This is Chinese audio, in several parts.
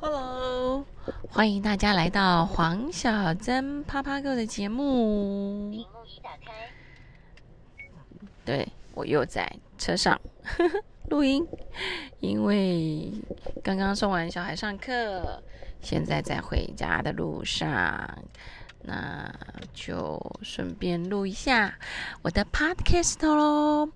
Hello，欢迎大家来到黄小珍啪啪哥的节目。 屏幕已打开。 对，我又在车上录音，因为刚刚送完小孩上课，现在在回家的路上，那就顺便录一下我的 podcast 咯。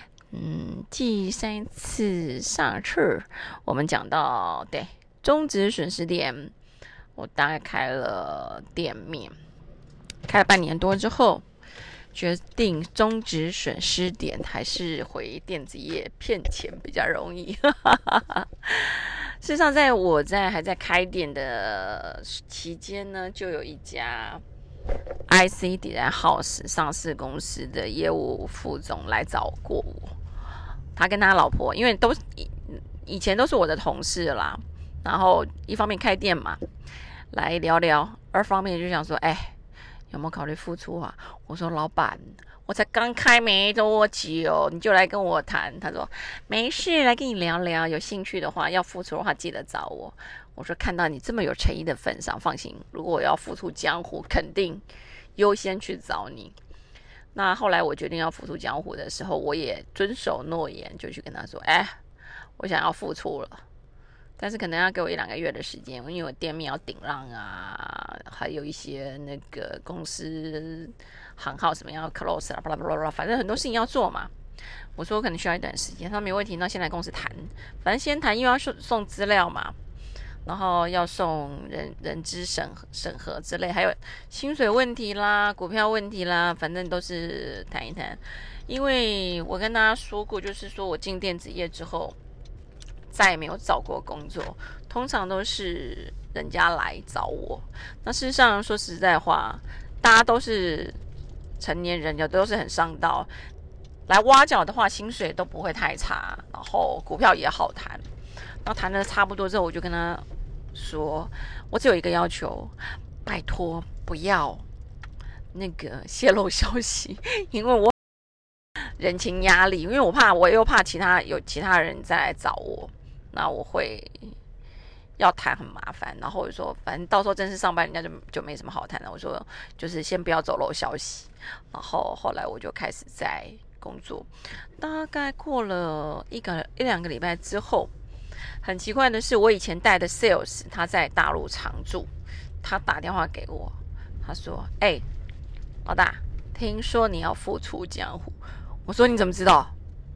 上次我们讲到终止损失店，我大概开了店面，开了半年多之后，决定终止损失点，还是回电子业骗钱比较容易。事实上，我还在开店的期间呢，就有一家 IC Design House 上市公司的业务副总来找过我。他跟他老婆，因为以前都是我的同事啦，然后一方面开店嘛，来聊聊；二方面就想说，有没有考虑付出啊？我说老板，我才刚开没多久，你就来跟我谈。他说没事，来跟你聊聊，有兴趣的话，要付出的话记得找我。我说看到你这么有诚意的份上，放心，如果我要付出江湖，肯定优先去找你。那后来我决定要付出江湖的时候，我也遵守诺言，就去跟他说，我想要付出了，但是可能要给我1-2个月的时间，因为我店面要顶让啊，还有一些那个公司行号什么要 close 啦，巴拉巴拉，反正很多事情要做嘛。我说我可能需要一段时间，他说没问题，那先来公司谈，反正先谈，因为要送资料嘛。然后要送人资审核之类，还有薪水问题啦、股票问题啦，反正都是谈一谈。因为我跟大家说过，就是说我进电子业之后，再也没有找过工作，通常都是人家来找我。那事实上说实在话，大家都是成年人，有的都是很上道，来挖角的话，薪水都不会太差，然后股票也好谈。然后谈的差不多之后，我就跟他说，我只有一个要求，拜托不要那个泄露消息，因为我人情压力，因为我又怕其他人再来找我，那我会要谈很麻烦。然后我说，反正到时候正式上班，人家就没什么好谈了。我说，就是先不要走漏消息。然后后来我就开始在工作，大概过了1-2个礼拜之后。很奇怪的是，我以前带的 sales 他在大陆常驻，他打电话给我，他说：“老大，听说你要复出江湖。”我说：“你怎么知道？”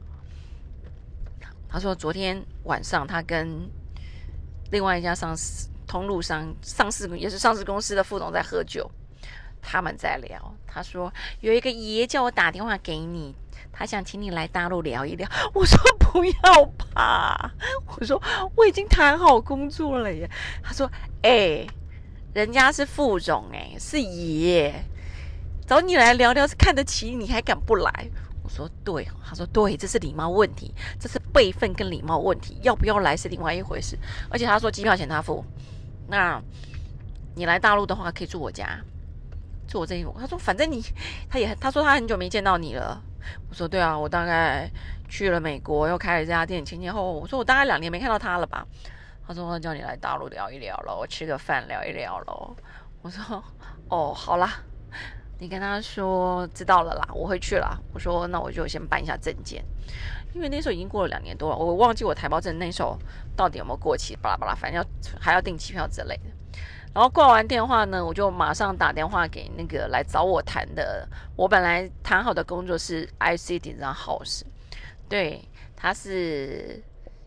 他说：“昨天晚上他跟另外一家上市也是上市公司的副总在喝酒，他们在聊。他说有一个爷叫我打电话给你，他想请你来大陆聊一聊。”我说不要吧，我说我已经谈好工作了耶。他说人家是副总是爷，找你来聊聊是看得起你，还敢不来？我说对，他说对，这是礼貌问题，这是辈分跟礼貌问题，要不要来是另外一回事。而且他说机票钱他付，那你来大陆的话可以住我家，住我这一户。他说反正他说他很久没见到你了。我说对啊，我大概去了美国，又开了这家店，前后我说我大概2年没看到他了吧。他说叫你来大陆聊一聊咯，我吃个饭聊一聊咯。我说哦好啦，你跟他说知道了啦，我会去啦。我说那我就先办一下证件，因为那时候已经过了2年多了，我忘记我台胞证那时候到底有没有过期，巴拉巴拉，反正还要订机票之类的。然后挂完电话呢，我就马上打电话给那个来找我谈的。我本来谈好的工作是 IC Design House， 对，他是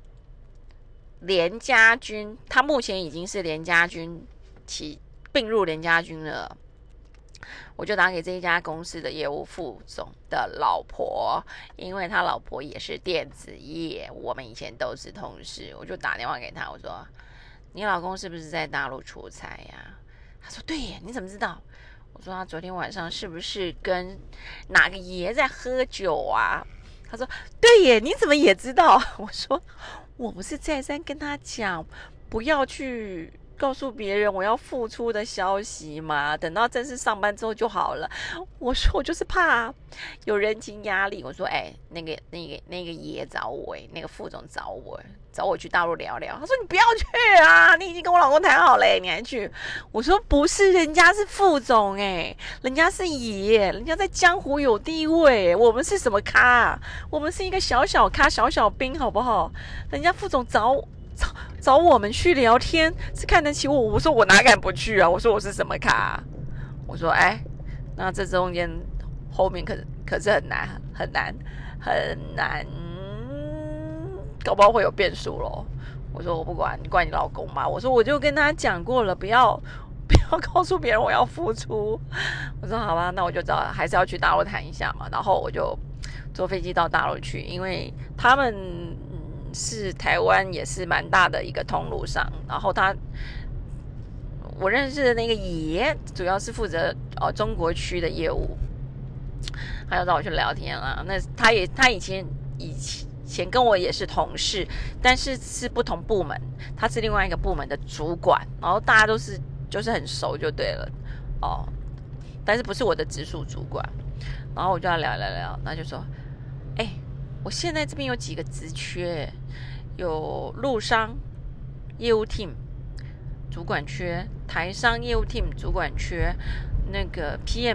联家军，他目前已经是联家军并入联家军了。我就打给这一家公司的业务副总的老婆，因为他老婆也是电子业，我们以前都是同事。我就打电话给他，我说你老公是不是在大陆出差呀？他说对耶，你怎么知道？我说他昨天晚上是不是跟哪个爷在喝酒啊？他说对耶，你怎么也知道？我说我不是再三跟他讲不要去告诉别人我要付出的消息嘛，等到正式上班之后就好了。我说我就是怕有人情压力。我说那个爷找我，那个副总找我去大陆聊聊。他说你不要去啊，你已经跟我老公谈好了，你还去？我说不是，人家是副总人家是爷，人家在江湖有地位，我们是什么咖？我们是一个小小咖、小小兵，好不好？人家副总找我们去聊天，是看得起我。我说我哪敢不去啊？我说我是什么咖？我说那这中间后面可是很难，搞不好会有变数咯。我说我不管，你管你老公嘛。我说我就跟他讲过了，不要告诉别人我要付出。我说好吧，那我就知道还是要去大陆谈一下嘛。然后我就坐飞机到大陆去，因为他们是台湾也是蛮大的一个通路上，然后我认识的那个爷主要是负责中国区的业务，他要找我去聊天啦。那他以前跟我也是同事，但是不同部门，他是另外一个部门的主管，然后大家就是很熟就对了但是不是我的直属主管。然后我就要聊，那就说我现在这边有几个职缺，有陆商业务 team 主管缺，台商业务 team 主管缺，那个 PM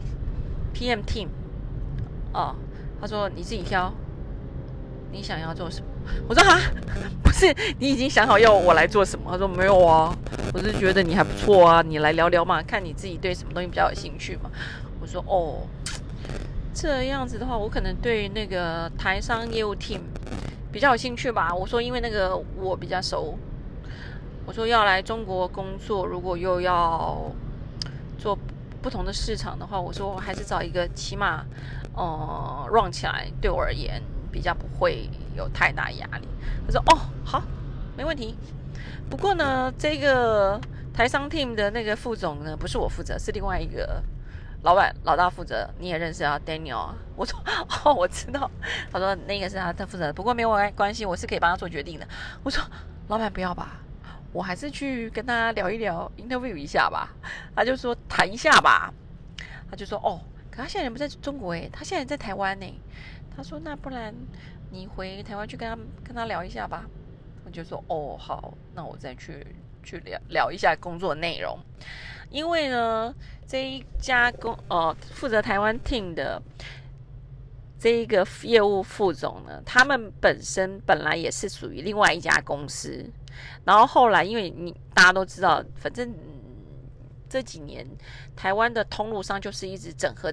team 他说你自己挑，你想要做什么？我说不是，你已经想好要我来做什么？他说没有啊，我是觉得你还不错啊，你来聊聊嘛，看你自己对什么东西比较有兴趣嘛。我说这样子的话，我可能对那个台商业务 team 比较有兴趣吧。我说因为那个我比较熟，我说要来中国工作，如果又要做不同的市场的话，我说我还是找一个起码run 起来对我而言比较不会有太大压力。他说好，没问题。不过呢，这个台商 team 的那个副总呢，不是我负责，是另外一个老大负责。你也认识啊 Daniel 啊？我说我知道。他说那个是他负责，不过没有关系，我是可以帮他做决定的。我说老板不要吧，我还是去跟他聊一聊 interview 一下吧。他就说谈一下吧。他就说可他现在人不在中国他现在在台湾他说那不然你回台湾去跟他聊一下吧。我就说好，那我再去聊一下工作内容。因为呢，这一家负责台湾 team 的这一个业务副总呢，他们本来也是属于另外一家公司，然后后来因为大家都知道，反正这几年台湾的通路上就是一直整合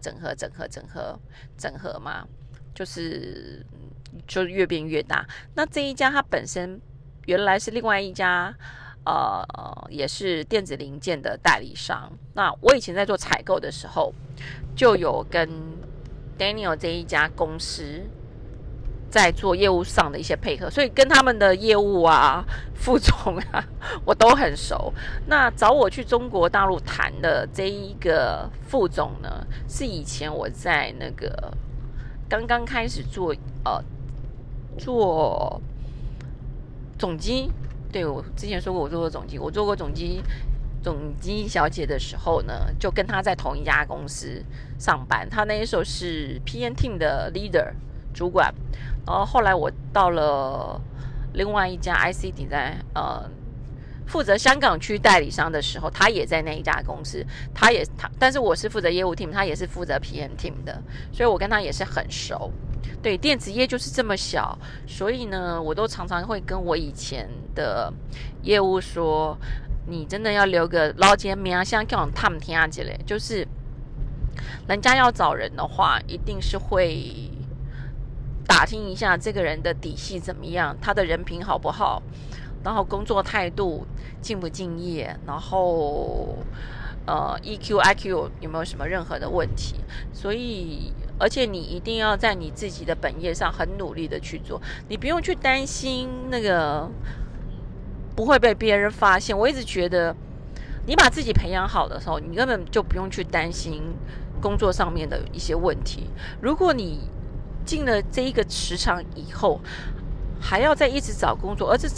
嘛，就越变越大。那这一家它本身原来是另外一家也是电子零件的代理商。那我以前在做采购的时候，就有跟 Daniel 这一家公司在做业务上的一些配合，所以跟他们的业务副总我都很熟。那找我去中国大陆谈的这一个副总呢，是以前我在那个刚刚开始做总机。对，我之前说过我做过总机，我做过总机小姐的时候呢，就跟她在同一家公司上班。她那时候是 PM team 的 leader 主管，然后后来我到了另外一家 IC design负责香港区代理商的时候，他也在那一家公司，但是我是负责业务 team， 他也是负责 PM team 的，所以我跟他也是很熟。对，电子业就是这么小，所以呢，我都常常会跟我以前的业务说，你真的要留个老前名，像这种探听之类，就是人家要找人的话，一定是会打听一下这个人的底细怎么样，他的人品好不好，然后工作态度敬不敬业，然后EQ、IQ 有没有什么任何的问题。所以而且你一定要在你自己的本业上很努力的去做，你不用去担心那个不会被别人发现。我一直觉得你把自己培养好的时候，你根本就不用去担心工作上面的一些问题。如果你进了这一个职场以后还要再一直找工作，而且这个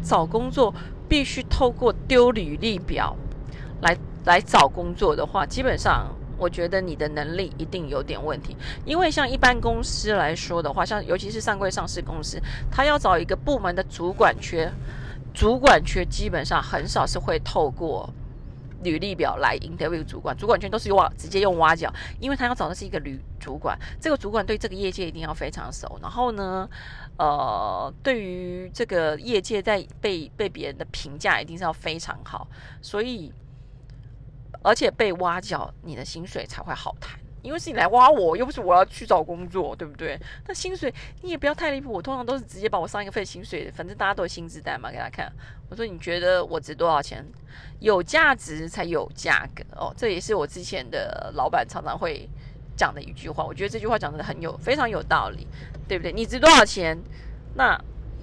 找工作必须透过丢履历表来找工作的话，基本上我觉得你的能力一定有点问题。因为像一般公司来说的话，像尤其是上柜上市公司，他要找一个部门的主管缺基本上很少是会透过履历表来 interview 主管权都是直接用挖角，因为他要找的是一个主管，这个主管对这个业界一定要非常熟，然后呢对于这个业界在被别人的评价一定是要非常好，所以而且被挖角你的薪水才会好谈，因为是你来挖我，又不是我要去找工作，对不对？那薪水你也不要太离谱，我通常都是直接把我上一个份薪水，反正大家都有薪资单嘛，给他看。我说你觉得我值多少钱？有价值才有价格哦，这也是我之前的老板常常会讲的一句话，我觉得这句话讲的非常有道理，对不对？你值多少钱？那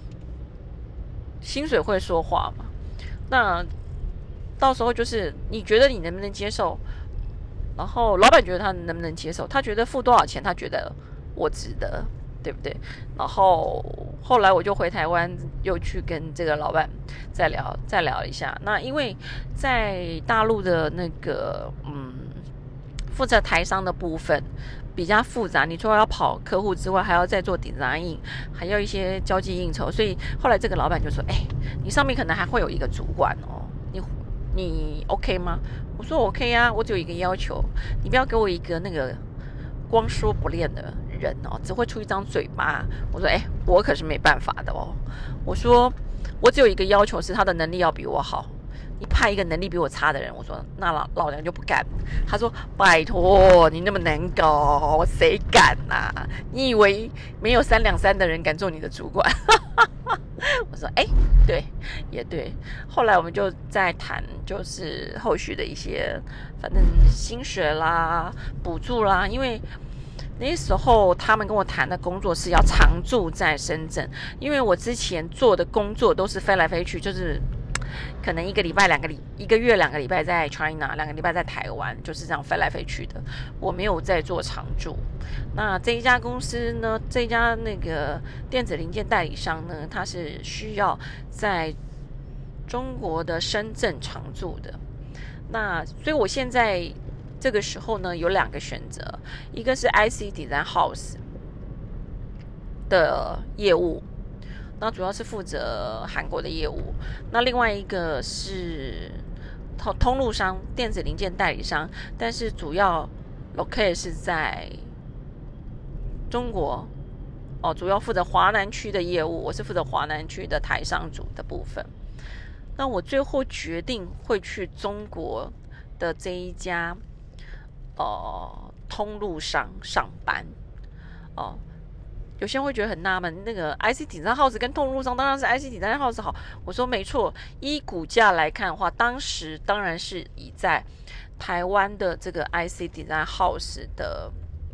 薪水会说话嘛？那到时候就是你觉得你能不能接受？然后老板觉得他能不能接受？他觉得付多少钱，他觉得我值得，对不对？然后后来我就回台湾，又去跟这个老板再聊一下。那因为在大陆的那个负责台商的部分比较复杂，你除了要跑客户之外，还要再做 design， 还要一些交际应酬，所以后来这个老板就说：“你上面可能还会有一个主管哦，你 OK 吗？”我说 OK 啊，我只有一个要求，你不要给我一个那个光说不练的人哦，只会出一张嘴巴。我说我可是没办法的哦。我说我只有一个要求是他的能力要比我好。你派一个能力比我差的人，我说那老娘就不干。他说拜托你那么难搞，谁敢啊？你以为没有3两3的人敢做你的主管？我说对，也对。后来我们就在谈，就是后续的一些，反正薪水啦、补助啦，因为那时候他们跟我谈的工作是要常驻在深圳，因为我之前做的工作都是飞来飞去，就是可能1个月2个礼拜在 China， 2个礼拜在台湾，就是这样飞来飞去的。我没有在做常驻。那这一家公司呢，这一家那个电子零件代理商呢，它是需要在中国的深圳常驻的。那所以我现在这个时候呢，有2个选择，一个是 IC Design House 的业务。那主要是负责韩国的业务，那另外一个是通路商、电子零件代理商，但是主要 locate 是在中国哦，主要负责华南区的业务，我是负责华南区的台商组的部分。那我最后决定会去中国的这一家通路商上班哦。有些人会觉得很纳闷，那个 IC Design House 跟通路商当然是 IC Design House 好。我说没错，依股价来看的话，当时当然是以在台湾的这个 IC Design House 的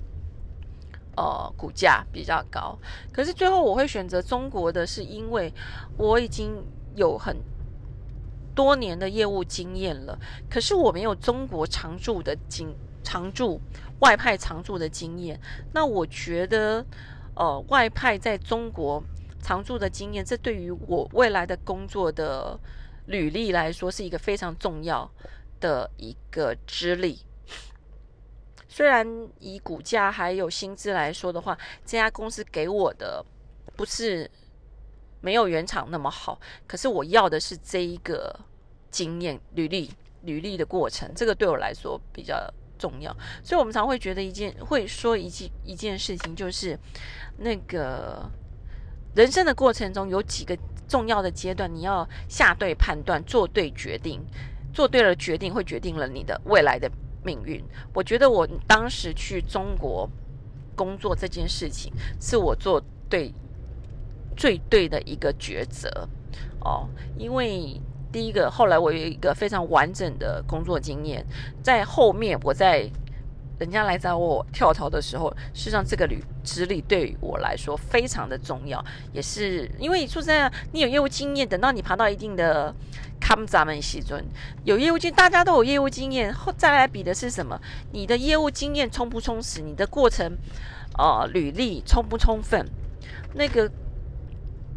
股价比较高。可是最后我会选择中国的，是因为我已经有很多年的业务经验了，可是我没有中国常驻外派常驻的经验。那我觉得外派在中国常驻的经验，这对于我未来的工作的履历来说是一个非常重要的一个资历。虽然以股价还有薪资来说的话，这家公司给我的不是没有原厂那么好，可是我要的是这一个经验履历的过程，这个对我来说比较重要。所以我们常会觉得会说一件事情，就是那个人生的过程中有几个重要的阶段，你要下对判断，做对决定，做对了决定会决定了你的未来的命运。我觉得我当时去中国工作这件事情，是我做最对的一个抉择哦。因为第一个，后来我有一个非常完整的工作经验，在后面我在人家来找我跳槽的时候，事实上这个资历对我来说非常的重要，也是因为说实在，你有业务经验，等到你爬到一定的咱们时阵有业务经验，大家都有业务经验，再来比的是什么？你的业务经验充不充实？你的过程履历充不充分？那个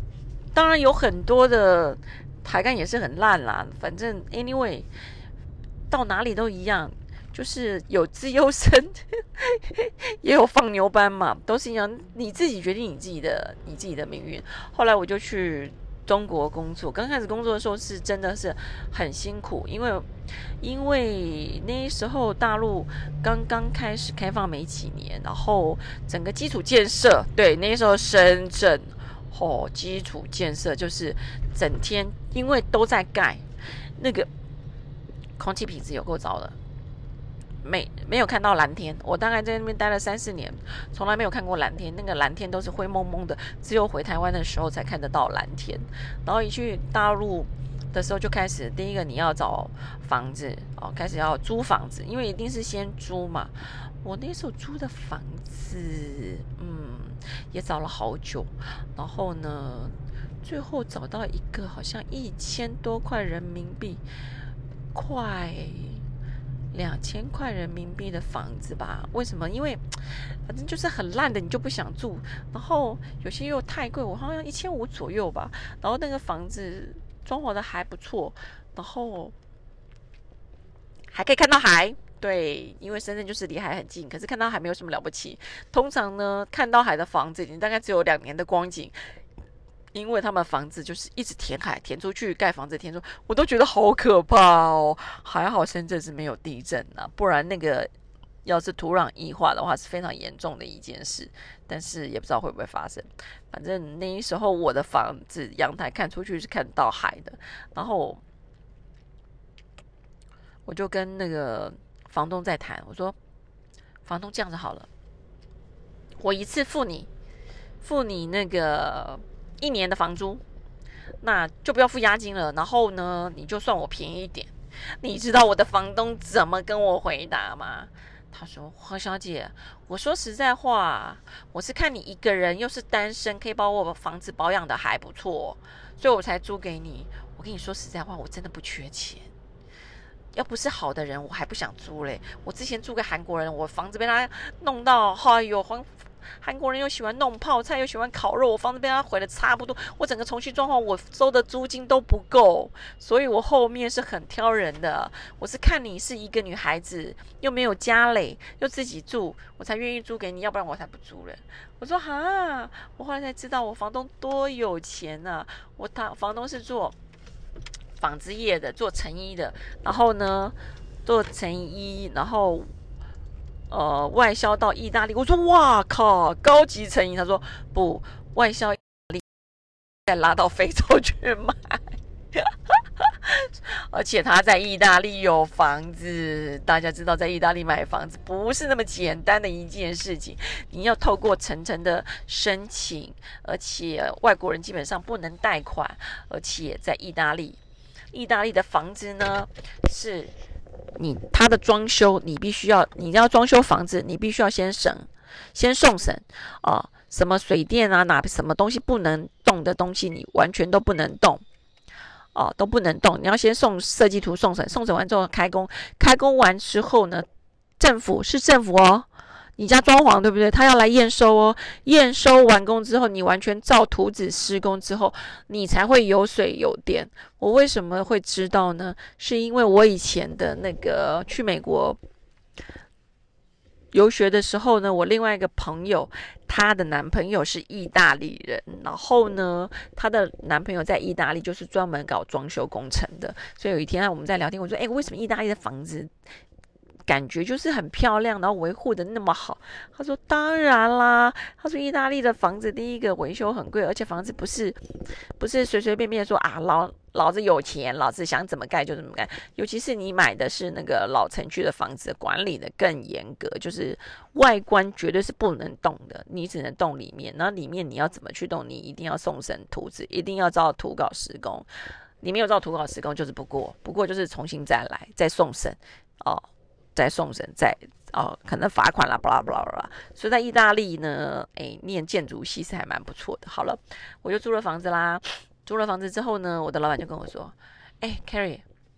当然有很多的台干也是很烂啦，反正 anyway 到哪里都一样，就是有资优生也有放牛班嘛，都是一样，你自己决定你自己的命运。后来我就去中国工作，刚开始工作的时候是真的是很辛苦，因为那时候大陆刚刚开始开放没几年，然后整个基础建设，对，那时候深圳基础建设就是整天因为都在盖，那个空气品质有够糟的。没有看到蓝天，我大概在那边待了3-4年，从来没有看过蓝天。那个蓝天都是灰蒙蒙的，只有回台湾的时候才看得到蓝天。然后一去大陆的时候就开始，第一个你要找房子开始要租房子，因为一定是先租嘛。我那时候租的房子，也找了好久，然后呢，最后找到一个好像1000多块人民币，快2000块人民币的房子吧？为什么？因为反正就是很烂的，你就不想住。然后有些又太贵，我好像1500左右吧。然后那个房子装潢的还不错，然后还可以看到海。对，因为深圳就是离海很近，可是看到海没有什么了不起。通常呢，看到海的房子，你大概只有2年的光景。因为他们房子就是一直填海，填出去盖房子，填出，我都觉得好可怕哦。还好深圳是没有地震啊，不然那个要是土壤异化的话是非常严重的一件事。但是也不知道会不会发生。反正那时候我的房子阳台看出去是看到海的，然后我就跟那个房东在谈，我说房东这样子好了，我一次付你那个1年的房租，那就不要付押金了。然后呢，你就算我便宜一点。你知道我的房东怎么跟我回答吗？他说：“黄小姐，我说实在话，我是看你一个人又是单身，可以把我房子保养的还不错，所以我才租给你。我跟你说实在话，我真的不缺钱。要不是好的人，我还不想租嘞。我之前租给韩国人，我房子被他弄到，哎呦，韩国人又喜欢弄泡菜，又喜欢烤肉，我房子被他毁的差不多，我整个重新装潢，我收的租金都不够，所以我后面是很挑人的。我是看你是一个女孩子，又没有家累，又自己住，我才愿意租给你，要不然我才不租了。”我说哈，我后来才知道我房东多有钱啊！房东是做纺织业的，做成衣的，然后呢做成衣，然后外销到意大利。我说哇靠，高级成衣。他说不，外销意大利再拉到非洲去卖。而且他在意大利有房子，大家知道在意大利买房子不是那么简单的一件事情，你要透过层层的申请，而且外国人基本上不能贷款，而且在意大利的房子呢是他的装修，你要装修房子，你必须要先送审什么水电啊，什么东西不能动的东西，你完全都不能动。都不能动，你要先送设计图送审完之后开工完之后呢，政府你家装潢对不对？他要来验收哦，验收完工之后，你完全照图纸施工之后，你才会有水有电。我为什么会知道呢？是因为我以前的那个去美国游学的时候呢，我另外一个朋友，她的男朋友是意大利人，然后呢，她的男朋友在意大利就是专门搞装修工程的，所以有一天我们在聊天，我说：“为什么意大利的房子感觉就是很漂亮，然后维护的那么好？”他说：“当然啦，他说意大利的房子第一个维修很贵，而且房子不是随随便便说啊老子有钱，老子想怎么盖就怎么盖。尤其是你买的是那个老城区的房子，管理的更严格，就是外观绝对是不能动的，你只能动里面。然后里面你要怎么去动，你一定要送审图纸，一定要照图稿施工。你没有照图稿施工就是不过就是重新再来，再送审再送审，可能罚款啦，巴拉巴拉巴拉。所以在意大利呢，念建筑系是还蛮不错的。好了，我就租了房子啦。租了房子之后呢，我的老板就跟我说：“Carrie，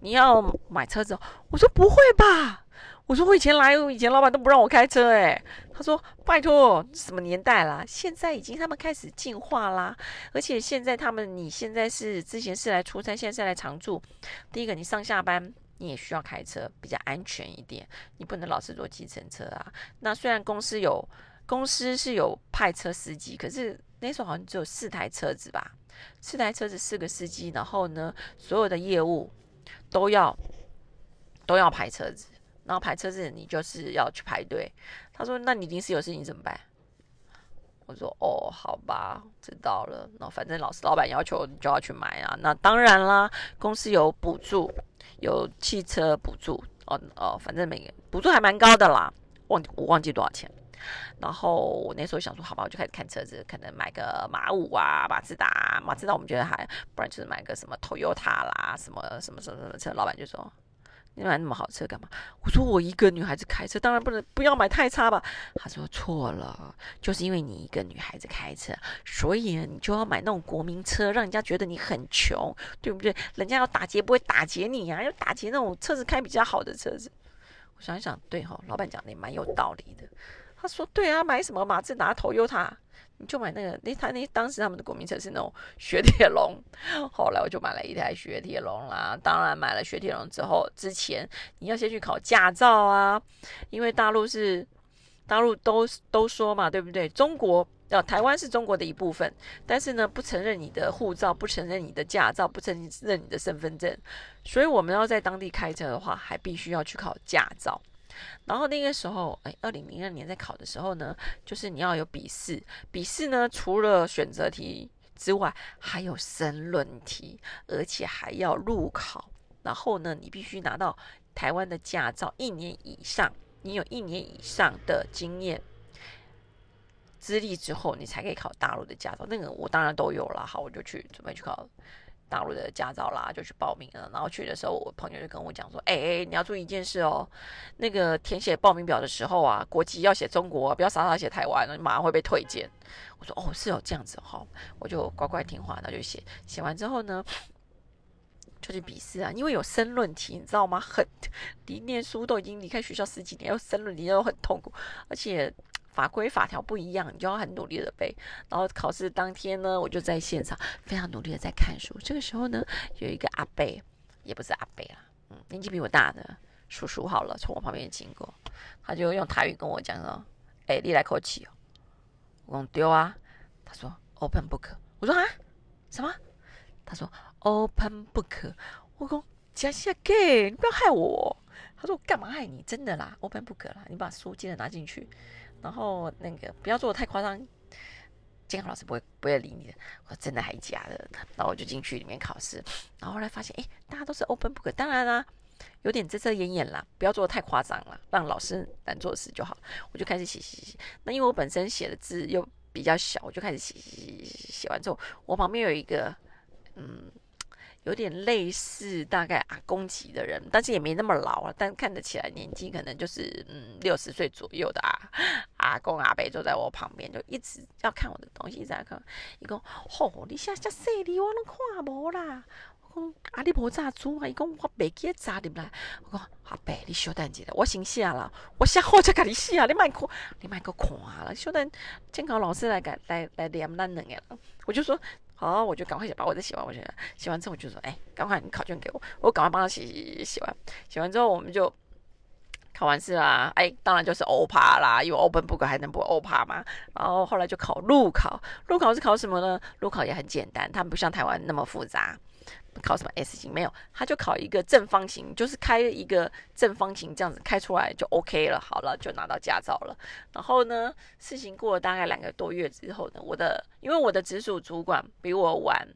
你要买车子？我说不会吧，我说我以前老板都不让我开车他说拜托，什么年代啦？现在已经他们开始进化啦，而且现在你现在之前是来出差，现在是来常住。第一个，你上下班你也需要开车，比较安全一点，你不能老是坐计程车啊。那虽然公司是有派车司机，可是那时候好像只有4台车子吧，4台车子4个司机，然后呢，所有的业务都要排车子，然后排车子你就是要去排队。他说：“那你临时有事情怎么办？”我说：“哦，好吧，知道了。那反正老板要求你就要去买啊。那当然啦，公司有补助，有汽车补助反正每个补助还蛮高的啦，我忘记多少钱。然后我那时候想说，好吧，我就开始看车子，可能买个马5啊、马自达我们觉得还，不然就是买个什么 Toyota 啦，什么车。老板就说：“你买那么好车干嘛？”我说：“我一个女孩子开车，当然不要买太差吧。”他说：“错了，就是因为你一个女孩子开车，所以你就要买那种国民车，让人家觉得你很穷，对不对？人家要打劫不会打劫你啊，要打劫那种车子开比较好的车子。”我想一想，对老板讲的也蛮有道理的。他说：“对啊，买什么马自达、Toyota，你就买那个。当时他们的国民车是那种雪铁龙，后来我就买了一台雪铁龙啦。当然买了雪铁龙之前你要先去考驾照啊，因为大陆都说嘛，对不对？台湾是中国的一部分，但是呢，不承认你的护照，不承认你的驾照，不承认你的身份证，所以我们要在当地开车的话，还必须要去考驾照。”然后那个时候，2002年在考的时候呢，就是你要有笔试，笔试呢除了选择题之外，还有申论题，而且还要路考。然后呢，你必须拿到台湾的驾照1年以上，你有1年以上的经验资历之后，你才可以考大陆的驾照。那个我当然都有了，好，我就准备去考大陆的驾照啦，就去报名了。然后去的时候，我朋友就跟我讲说：“你要注意一件事哦，那个填写报名表的时候啊，国籍要写中国，不要傻傻写台湾，你马上会被退件。”我说：“哦，是哦，这样子哈。”我就乖乖听话，那就写。写完之后呢，就去笔试啊，因为有申论题，你知道吗？离念书都已经离开学校10几年，要申论题都很痛苦，而且法规法条不一样，你就要很努力的背。然后考试当天呢，我就在现场非常努力的在看书。这个时候呢，有一个阿伯，也不是阿伯啦，年纪比我大的叔叔好了，从我旁边经过，他就用台语跟我讲说：“你来考试哦。”我说：“对啊。”他说 ：“Open book。”我说：“啊，什么？”他说 ：“Open book。”我说：“假下给，你不要害我。”他说：“我干嘛害你？真的啦，Open book 啦，你把书记得拿进去。”然后那个不要做的太夸张，监考老师不会理你的。我说真的还假的？然后我就进去里面考试，然后后来发现，大家都是 open book， 当然啦，有点遮遮掩掩啦，不要做的太夸张啦，让老师难做事就好。我就开始写。那因为我本身写的字又比较小，我就开始写完之后，我旁边有一个有点类似大概阿公级的人，但是也没那么老啊，但看得起来年纪可能就是60岁左右的阿公阿伯坐在我旁边，就一直要看我的东西，一直在看。伊讲：“吼，你写细字我拢看无啦。”我讲：“你无炸猪啊？”伊讲：“我袂记炸入来。”我讲：“阿伯，你稍等一下，我先写啦，我写好才甲你写，你莫个看啦，稍等监考老师来念咱两个人。”我就说。好，我就赶快把我的写完。写完之后，我就说：“赶快你考卷给我，我赶快帮他写完。写完之后，我们就考完试啦。当然就是欧趴啦，因为 Open Book 还能不欧趴嘛。然后后来就考路考，路考是考什么呢？路考也很简单，他们不像台湾那么复杂。考什么 S 型没有，他就考一个正方形，就是开一个正方形这样子开出来就 OK 了，好了，就拿到驾照了。然后呢，事情过了大概2个多月之后呢，因为我的直属主管比我晚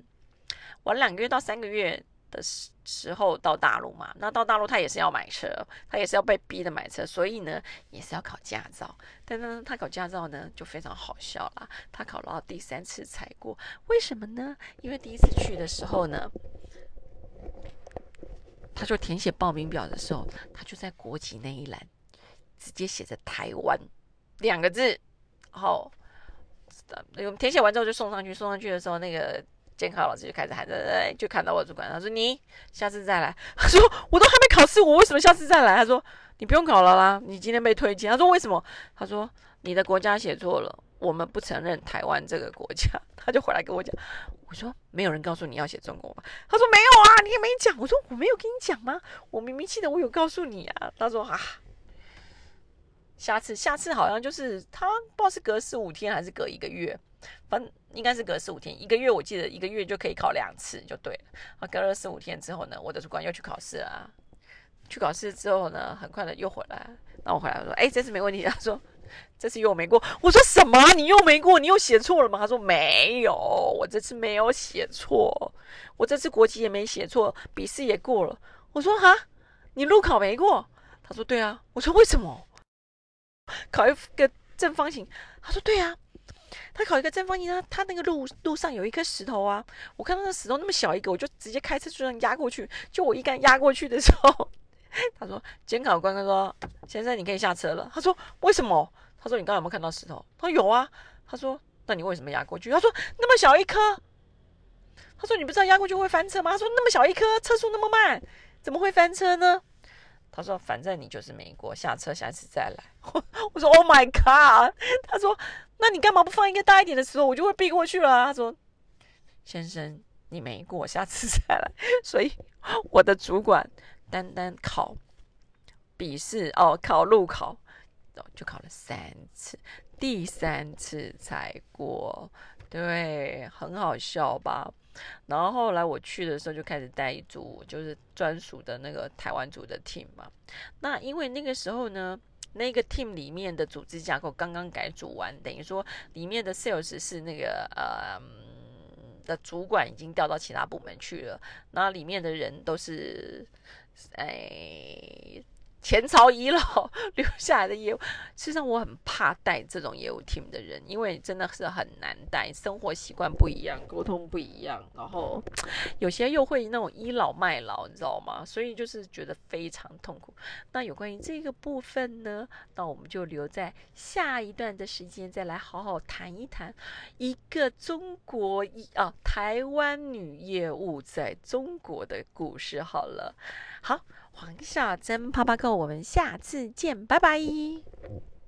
2个月到3个月的时候到大陆嘛，那到大陆他也是要买车，他也是要被逼的买车，所以呢也是要考驾照。但是他考驾照呢就非常好笑啦，他考到第3次才过，为什么呢？因为第一次去的时候呢，他就填写报名表的时候，他就在国籍那一栏直接写着台湾2个字，然后填写完之后就送上去的时候，那个监考老师就开始喊着，就看到我主管，他说你下次再来。他说我都还没考试，我为什么下次再来？他说你不用考了啦，你今天被推荐。他说为什么？他说你的国家写错了，我们不承认台湾这个国家。他就回来跟我讲，我说没有人告诉你要写中国吧？他说没有啊，你也没讲。我说我没有跟你讲吗？我明明记得我有告诉你啊。他说啊。下次好像就是他不知道是隔15天还是隔1个月，反正应该是隔15天，1个月我记得1个月就可以考2次就对了。隔了15天之后呢，我的主管又去考试啦。去考试之后呢，很快的又回来，然后我回来我说，这次没问题。他说这次又没过。我说什么？你又没过？你又写错了吗？他说没有，我这次没有写错，我这次国籍也没写错，笔试也过了。我说哈，你路考没过？他说对啊。我说为什么？考一个正方形。他说对啊，他考一个正方形，他那个路上有一颗石头啊，我看到那石头那么小一个，我就直接开车就这样压过去。就我一杆压过去的时候，他说监考官说先生你可以下车了。他说为什么？他说你刚刚有没有看到石头？他说有啊。他说那你为什么压过去？他说那么小一颗。他说你不知道压过去会翻车吗？他说那么小一颗，车速那么慢，怎么会翻车呢？他说反正你就是没过，下车下次再来。我说 Oh my god。 他说那你干嘛不放一个大一点的石头，我就会避过去了啊。他说先生你没过，下次再来。所以我的主管单考笔试考路考就考了3次，第3次才过。对，很好笑吧？然后后来我去的时候就开始带一组就是专属的那个台湾组的 team 嘛。那因为那个时候呢，那个 team 里面的组织架构刚刚改组完，等于说里面的 sales 是那个的主管已经调到其他部门去了，那里面的人都是前朝遗老留下来的业务。事实上我很怕带这种业务 team 的人，因为真的是很难带，生活习惯不一样，沟通不一样，然后有些又会那种倚老卖老，你知道吗？所以就是觉得非常痛苦。那有关于这个部分呢，那我们就留在下一段的时间再来好好谈一谈一个台湾女业务在中国的故事好了。好，黄小珍泡泡够，我们下次见，拜拜。